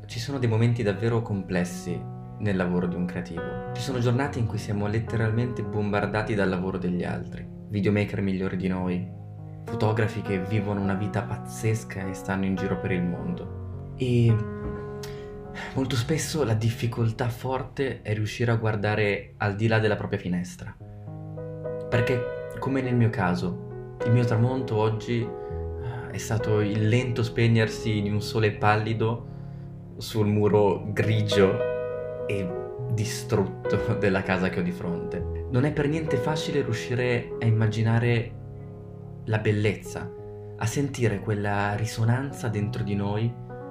Ci sono dei momenti davvero complessi nel lavoro di un creativo. Ci sono giornate in cui siamo letteralmente bombardati dal lavoro degli altri, videomaker migliori di noi, fotografi che vivono una vita pazzesca e stanno in giro per il mondo. E molto spesso la difficoltà forte è riuscire a guardare al di là della propria finestra. Perché, come nel mio caso, il mio tramonto oggi è stato il lento spegnersi di un sole pallido sul muro grigio e distrutto della casa che ho di fronte. Non è per niente facile riuscire a immaginare la bellezza, a sentire quella risonanza dentro di noi,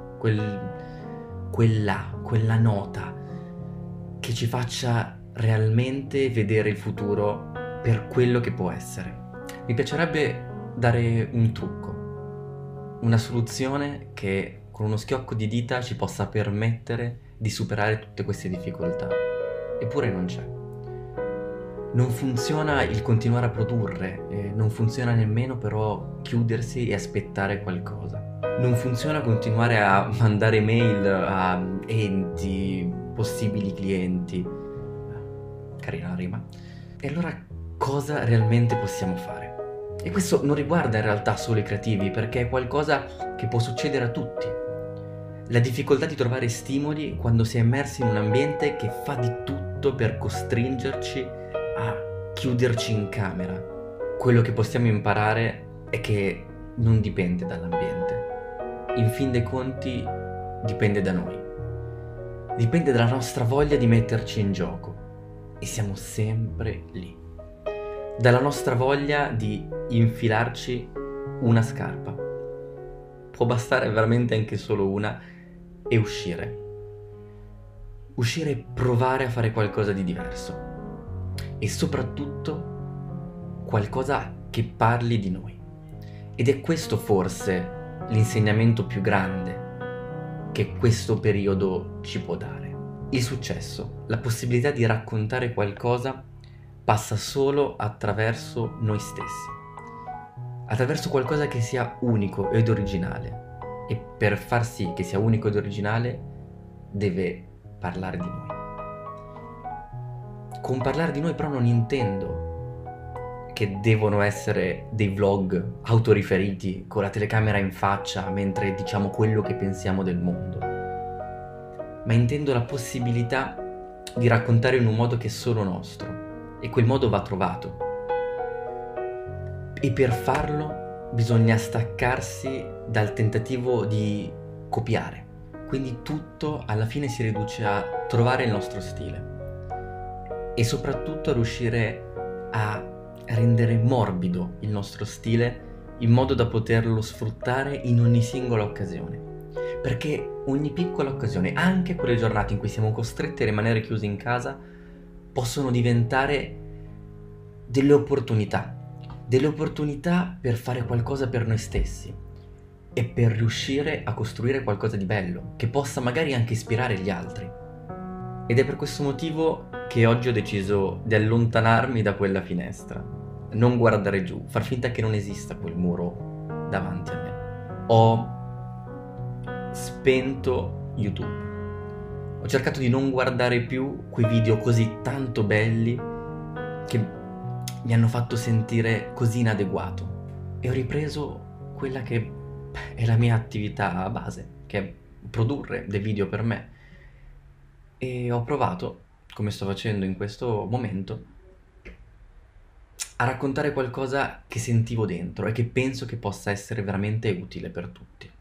quella nota che ci faccia realmente vedere il futuro per quello che può essere. Mi piacerebbe dare un trucco, una soluzione che con uno schiocco di dita ci possa permettere di superare tutte queste difficoltà. Eppure non c'è. Non funziona il continuare a produrre, non funziona nemmeno però chiudersi e aspettare qualcosa. Non funziona continuare a mandare mail a enti, possibili clienti. Carina la rima. E allora cosa realmente possiamo fare? E questo non riguarda in realtà solo i creativi, perché è qualcosa che può succedere a tutti. La difficoltà di trovare stimoli quando si è immersi in un ambiente che fa di tutto per costringerci a chiuderci in camera. Quello che possiamo imparare è che non dipende dall'ambiente. In fin dei conti dipende da noi. Dipende dalla nostra voglia di metterci in gioco. E siamo sempre lì. Dalla nostra voglia di infilarci una scarpa. Può bastare veramente anche solo una e uscire. Uscire e provare a fare qualcosa di diverso. E soprattutto qualcosa che parli di noi. Ed è questo forse l'insegnamento più grande che questo periodo ci può dare. Il successo, la possibilità di raccontare qualcosa passa solo attraverso noi stessi. Attraverso qualcosa che sia unico ed originale. E per far sì che sia unico ed originale deve parlare di noi. Con parlare di noi però non intendo che devono essere dei vlog autoriferiti con la telecamera in faccia mentre diciamo quello che pensiamo del mondo, ma intendo la possibilità di raccontare in un modo che è solo nostro, e quel modo va trovato. E per farlo bisogna staccarsi dal tentativo di copiare. Quindi tutto alla fine si riduce a trovare il nostro stile e soprattutto a riuscire a rendere morbido il nostro stile in modo da poterlo sfruttare in ogni singola occasione. Perché ogni piccola occasione, anche quelle giornate in cui siamo costretti a rimanere chiusi in casa, possono diventare delle opportunità per fare qualcosa per noi stessi e per riuscire a costruire qualcosa di bello, che possa magari anche ispirare gli altri. Ed è per questo motivo che oggi ho deciso di allontanarmi da quella finestra, non guardare giù, far finta che non esista quel muro davanti a me. Ho spento YouTube. Ho cercato di non guardare più quei video così tanto belli che mi hanno fatto sentire così inadeguato e ho ripreso quella che è la mia attività base, che è produrre dei video per me, e ho provato, come sto facendo in questo momento, a raccontare qualcosa che sentivo dentro e che penso che possa essere veramente utile per tutti.